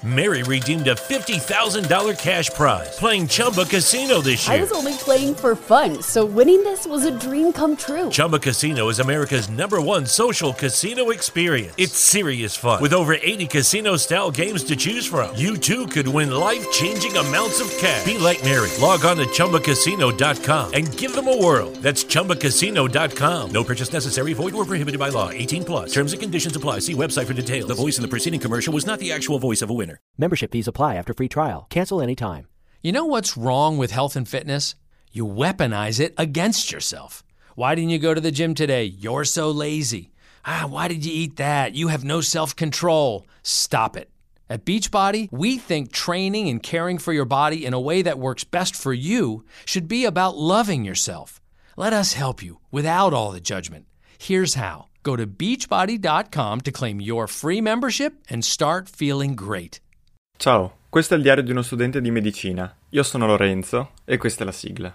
Mary redeemed a $50,000 cash prize playing Chumba Casino this year. I was only playing for fun, so winning this was a dream come true. Chumba Casino is America's #1 social casino experience. It's serious fun. With over 80 casino-style games to choose from, you too could win life-changing amounts of cash. Be like Mary. Log on to ChumbaCasino.com and give them a whirl. That's ChumbaCasino.com. No purchase necessary. Void where prohibited by law. 18 plus. Terms and conditions apply. See website for details. The voice in the preceding commercial was not the actual voice of a winner. Membership fees apply after free trial. Cancel anytime. You know what's wrong with health and fitness? You weaponize it against yourself. Why didn't you go to the gym today? You're so lazy. Why did you eat that? You have no self-control. Stop it. At Beachbody, we think training and caring for your body in a way that works best for you should be about loving yourself. Let us help you without all the judgment. Here's how. Go to beachbody.com to claim your free membership and start feeling great. Ciao, questo è il diario di uno studente di medicina. Io sono Lorenzo e questa è la sigla.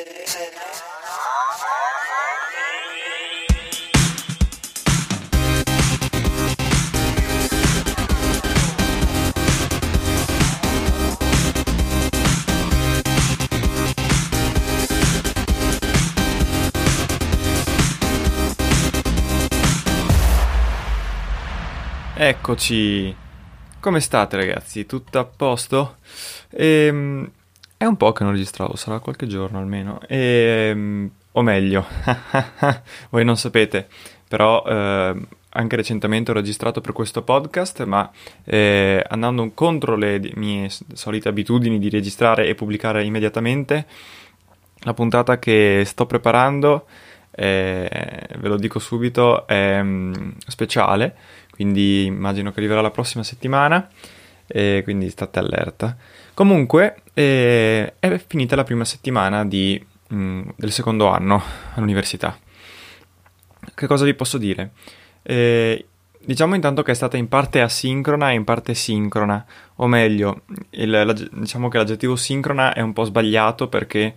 Eccoci, come state ragazzi? Tutto a posto? È un po' che non registravo, sarà qualche giorno almeno, o meglio, voi non sapete, però anche recentemente ho registrato per questo podcast, ma andando contro le mie solite abitudini di registrare e pubblicare immediatamente, la puntata che sto preparando, ve lo dico subito, è speciale, quindi immagino che arriverà la prossima settimana, quindi state allerta. Comunque è finita la prima settimana del secondo anno all'università. Che cosa vi posso dire? Diciamo intanto che è stata in parte asincrona e in parte sincrona, o meglio, diciamo che l'aggettivo sincrona è un po' sbagliato perché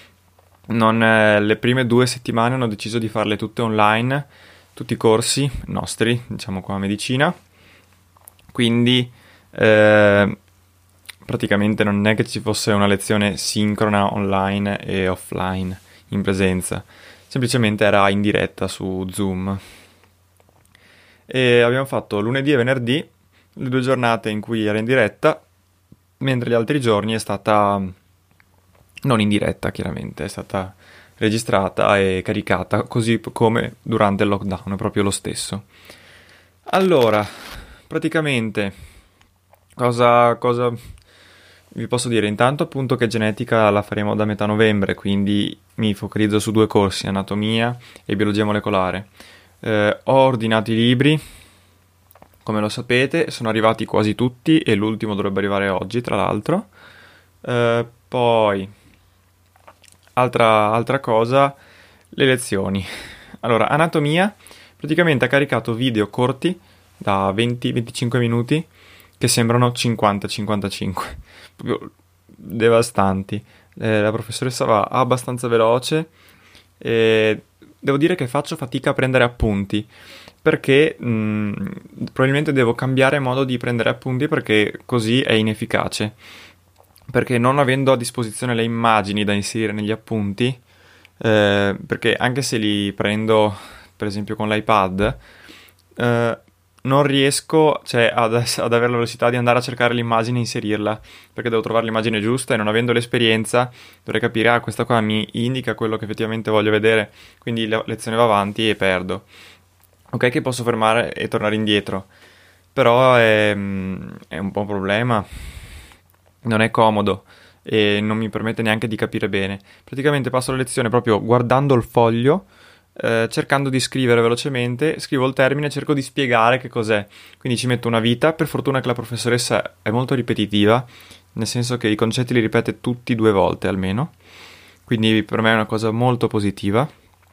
le prime 2 settimane hanno deciso di farle tutte online, tutti i corsi nostri, diciamo qua a medicina, quindi praticamente non è che ci fosse una lezione sincrona online e offline in presenza, semplicemente era in diretta su Zoom. E abbiamo fatto lunedì e venerdì, le 2 giornate in cui era in diretta, mentre gli altri giorni è stata non in diretta, chiaramente, è stata registrata e caricata, così come durante il lockdown, è proprio lo stesso. Allora, praticamente, cosa vi posso dire? Intanto appunto che genetica la faremo da metà novembre, quindi mi focalizzo su 2 corsi, anatomia e biologia molecolare. Ho ordinato i libri, come lo sapete, sono arrivati quasi tutti e l'ultimo dovrebbe arrivare oggi, tra l'altro. Poi altra cosa, le lezioni. Allora, anatomia praticamente ha caricato video corti da 20-25 minuti che sembrano 50-55, proprio devastanti. La professoressa va abbastanza veloce e devo dire che faccio fatica a prendere appunti perché probabilmente devo cambiare modo di prendere appunti perché così è inefficace. Perché non avendo a disposizione le immagini da inserire negli appunti, perché anche se li prendo per esempio con l'iPad, non riesco ad avere la velocità di andare a cercare l'immagine e inserirla, perché devo trovare l'immagine giusta e non avendo l'esperienza dovrei capire, questa qua mi indica quello che effettivamente voglio vedere, quindi la lezione va avanti e perdo. Ok che posso fermare e tornare indietro, però è un po' un problema. Non è comodo e non mi permette neanche di capire bene. Praticamente passo la lezione proprio guardando il foglio, cercando di scrivere velocemente, scrivo il termine e cerco di spiegare che cos'è. Quindi ci metto una vita, per fortuna che la professoressa è molto ripetitiva, nel senso che i concetti li ripete tutti 2 volte almeno, quindi per me è una cosa molto positiva.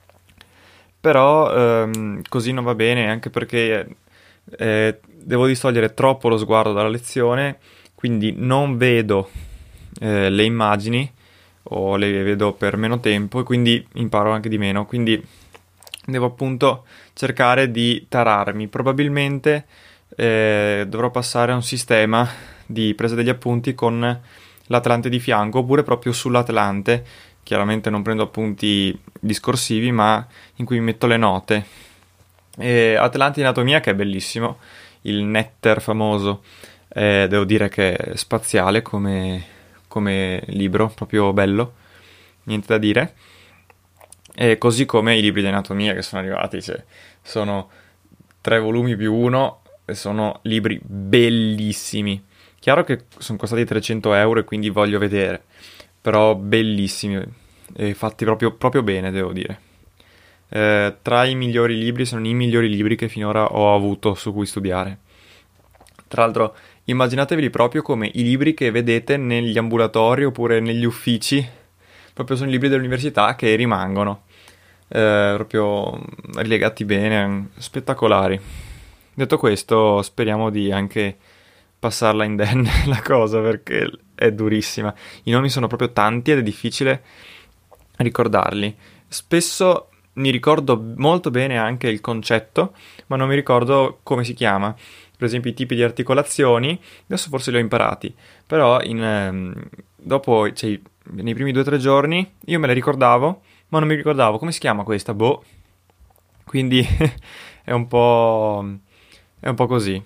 Però così non va bene, anche perché devo distogliere troppo lo sguardo dalla lezione, quindi non vedo le immagini o le vedo per meno tempo e quindi imparo anche di meno, quindi devo appunto cercare di tararmi. Probabilmente dovrò passare a un sistema di presa degli appunti con l'Atlante di fianco, oppure proprio sull'Atlante. Chiaramente non prendo appunti discorsivi, ma in cui mi metto le note. E Atlante di anatomia, che è bellissimo, il Netter famoso, devo dire che è spaziale come libro, proprio bello, niente da dire. E così come i libri di anatomia che sono arrivati, cioè, sono 3 volumi più uno, e sono libri bellissimi. Chiaro che sono costati 300 euro e quindi voglio vedere, però bellissimi e fatti proprio bene, devo dire. Tra i migliori libri, sono i migliori libri che finora ho avuto su cui studiare. Tra l'altro, immaginatevi proprio come i libri che vedete negli ambulatori oppure negli uffici, proprio sono i libri dell'università che rimangono, proprio rilegati bene, spettacolari. Detto questo, speriamo di anche passarla indenne la cosa, perché è durissima. I nomi sono proprio tanti ed è difficile ricordarli. Spesso mi ricordo molto bene anche il concetto, ma non mi ricordo come si chiama. Per esempio i tipi di articolazioni, adesso forse li ho imparati, però dopo, cioè, nei primi 2 o 3 giorni io me le ricordavo, ma non mi ricordavo come si chiama questa, boh. Quindi è un po' così.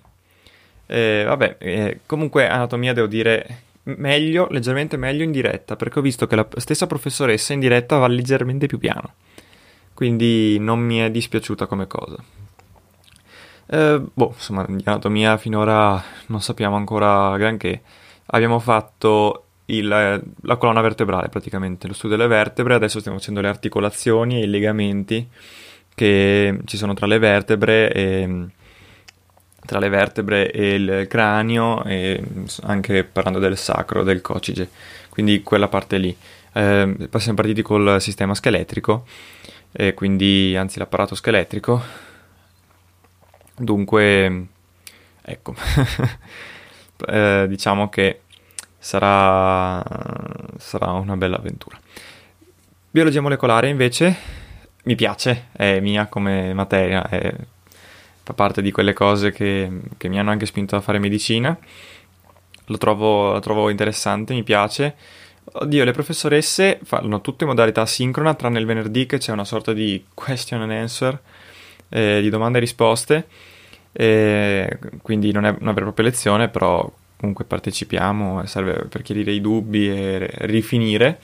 Comunque anatomia devo dire meglio, leggermente meglio in diretta, perché ho visto che la stessa professoressa in diretta va leggermente più piano, quindi non mi è dispiaciuta come cosa. Insomma, di anatomia finora non sappiamo ancora granché. Abbiamo fatto la colonna vertebrale, praticamente lo studio delle vertebre. Adesso stiamo facendo le articolazioni e i legamenti che ci sono tra le vertebre e il cranio, e anche parlando del sacro, del coccige, quindi quella parte lì. Siamo partiti col sistema scheletrico, quindi anzi l'apparato scheletrico. Dunque, ecco, diciamo che sarà una bella avventura. Biologia molecolare invece mi piace, è mia come materia, fa parte di quelle cose che mi hanno anche spinto a fare medicina. La trovo interessante, mi piace. Oddio, le professoresse fanno tutte in modalità sincrona, tranne il venerdì che c'è una sorta di question and answer, di domande e risposte, quindi non è una vera e propria lezione, però comunque partecipiamo, serve per chiarire i dubbi e rifinire.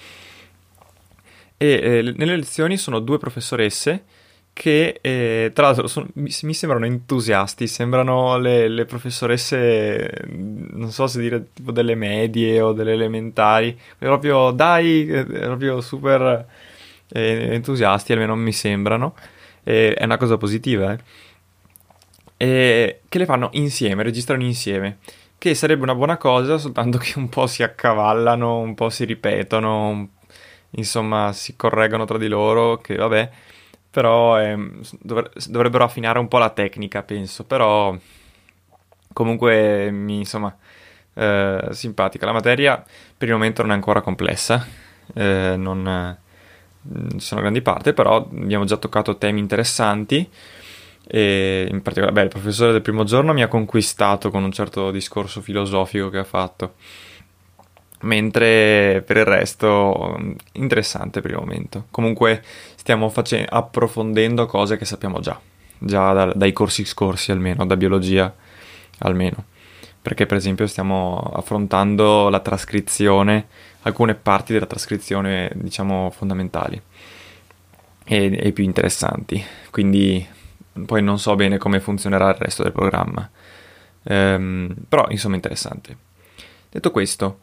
Nelle lezioni sono 2 professoresse che tra l'altro mi sembrano entusiasti, sembrano le professoresse, non so se dire tipo delle medie o delle elementari, proprio proprio super entusiasti, almeno mi sembrano. È una cosa positiva, che le fanno insieme, registrano insieme, che sarebbe una buona cosa, soltanto che un po' si accavallano, un po' si ripetono, insomma si correggono tra di loro, che vabbè, però dovrebbero affinare un po' la tecnica, penso, però comunque simpatica. La materia per il momento non è ancora complessa, non ci sono grandi parti, però abbiamo già toccato temi interessanti, e in particolare il professore del primo giorno mi ha conquistato con un certo discorso filosofico che ha fatto, mentre per il resto interessante per il momento. Comunque stiamo approfondendo cose che sappiamo già dai corsi scorsi, almeno da biologia almeno, perché per esempio stiamo affrontando la trascrizione, alcune parti della trascrizione diciamo fondamentali e più interessanti, quindi poi non so bene come funzionerà il resto del programma, però insomma interessante. Detto questo,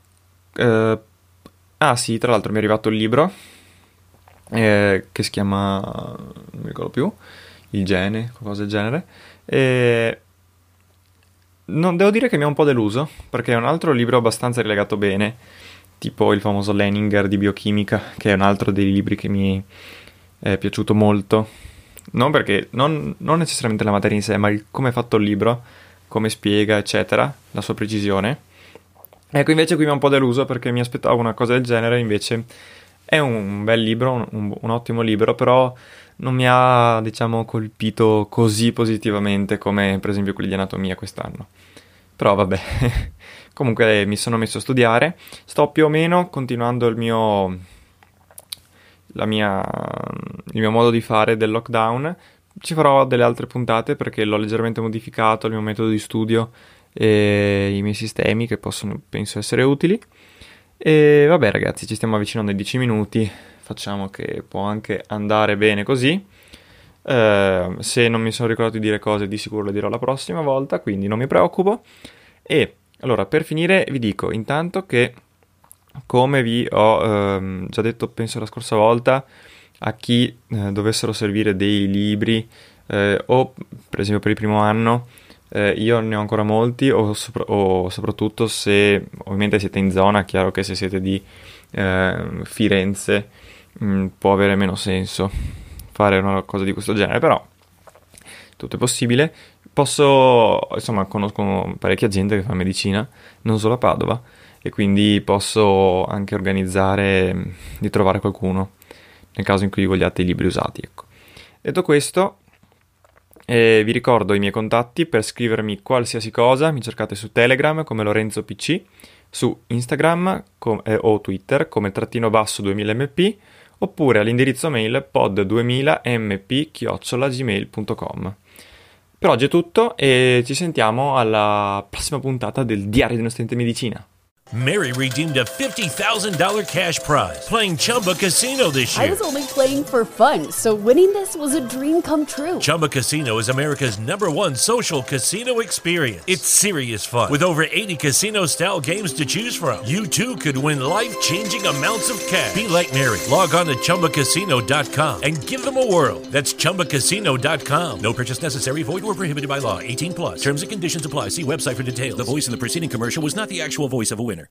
sì, tra l'altro mi è arrivato il libro che si chiama, non mi ricordo più, Il Gene, qualcosa del genere, non devo dire che mi ha un po' deluso, perché è un altro libro abbastanza rilegato bene, tipo il famoso Leninger di biochimica, che è un altro dei libri che mi è piaciuto molto, non necessariamente la materia in sé, ma come è fatto il libro, come spiega, eccetera, la sua precisione. Ecco, invece qui mi ha un po' deluso, perché mi aspettavo una cosa del genere, invece è un bel libro, un ottimo libro, però non mi ha, diciamo, colpito così positivamente come per esempio quelli di anatomia quest'anno. Però vabbè, Comunque mi sono messo a studiare, sto più o meno continuando il mio modo di fare del lockdown. Ci farò delle altre puntate perché l'ho leggermente modificato, il mio metodo di studio e i miei sistemi che penso essere utili. E vabbè ragazzi, ci stiamo avvicinando ai 10 minuti, facciamo che può anche andare bene così. Se non mi sono ricordato di dire cose, di sicuro le dirò la prossima volta, quindi non mi preoccupo. E allora, per finire vi dico intanto che, come vi ho già detto penso la scorsa volta, a chi dovessero servire dei libri o per esempio per il primo anno, io ne ho ancora molti, o soprattutto se ovviamente siete in zona, chiaro che se siete di Firenze può avere meno senso fare una cosa di questo genere, però tutto è possibile. Conosco parecchia gente che fa medicina, non solo a Padova, e quindi posso anche organizzare di trovare qualcuno nel caso in cui vogliate i libri usati, ecco. Detto questo, vi ricordo i miei contatti per scrivermi qualsiasi cosa. Mi cercate su Telegram come Lorenzo PC, su Instagram o Twitter come _2000mp, oppure all'indirizzo mail pod2000mp@gmail.com. Per oggi è tutto e ci sentiamo alla prossima puntata del Diario di uno studente di medicina. Mary redeemed a $50,000 cash prize playing Chumba Casino this year. I was only playing for fun, so winning this was a dream come true. Chumba Casino is America's #1 social casino experience. It's serious fun. With over 80 casino-style games to choose from, you too could win life-changing amounts of cash. Be like Mary. Log on to ChumbaCasino.com and give them a whirl. That's ChumbaCasino.com. No purchase necessary. Void or prohibited by law. 18+. Terms and conditions apply. See website for details. The voice in the preceding commercial was not the actual voice of a winner.